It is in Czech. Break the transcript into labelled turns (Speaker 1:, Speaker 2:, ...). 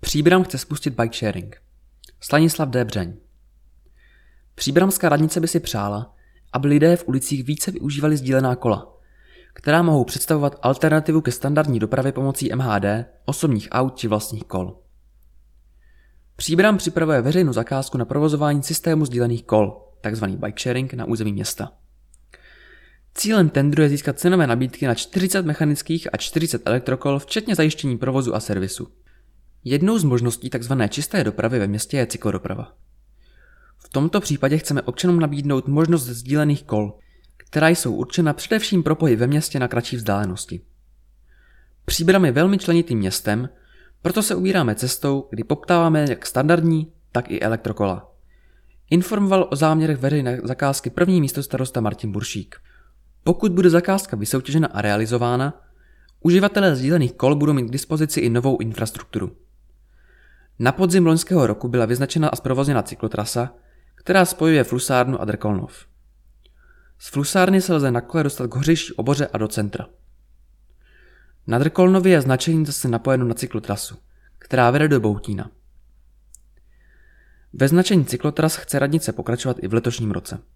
Speaker 1: Příbram chce spustit bike sharing. Stanislav D. Břeň. Příbramská radnice by si přála, aby lidé v ulicích více využívali sdílená kola, která mohou představovat alternativu ke standardní dopravě pomocí MHD, osobních aut či vlastních kol. Příbram připravuje veřejnou zakázku na provozování systému sdílených kol, takzvaný bike sharing, na území města. Cílem tendru je získat cenové nabídky na 40 mechanických a 40 elektrokol, včetně zajištění provozu a servisu. Jednou z možností tzv. Čisté dopravy ve městě je cyklodoprava. V tomto případě chceme občanům nabídnout možnost sdílených kol, která jsou určena především pro pohyb ve městě na kratší vzdálenosti. Příbram je velmi členitým městem, proto se ubíráme cestou, kdy poptáváme jak standardní, tak i elektrokola. Informoval o záměrech veřejné zakázky první místostarosta Martin Buršík. Pokud bude zakázka vysoutěžena a realizována, uživatelé sdílených kol budou mít k dispozici i novou infrastrukturu. Na podzim loňského roku byla vyznačena a zprovozněna cyklotrasa, která spojuje Flusárnu a Drkolnov. Z Flusárny se lze na kole dostat k Hořejší Oboře a do centra. Na Drkolnově je značení zase napojeno na cyklotrasu, která vede do Boutína. Ve značení cyklotras chce radnice pokračovat i v letošním roce.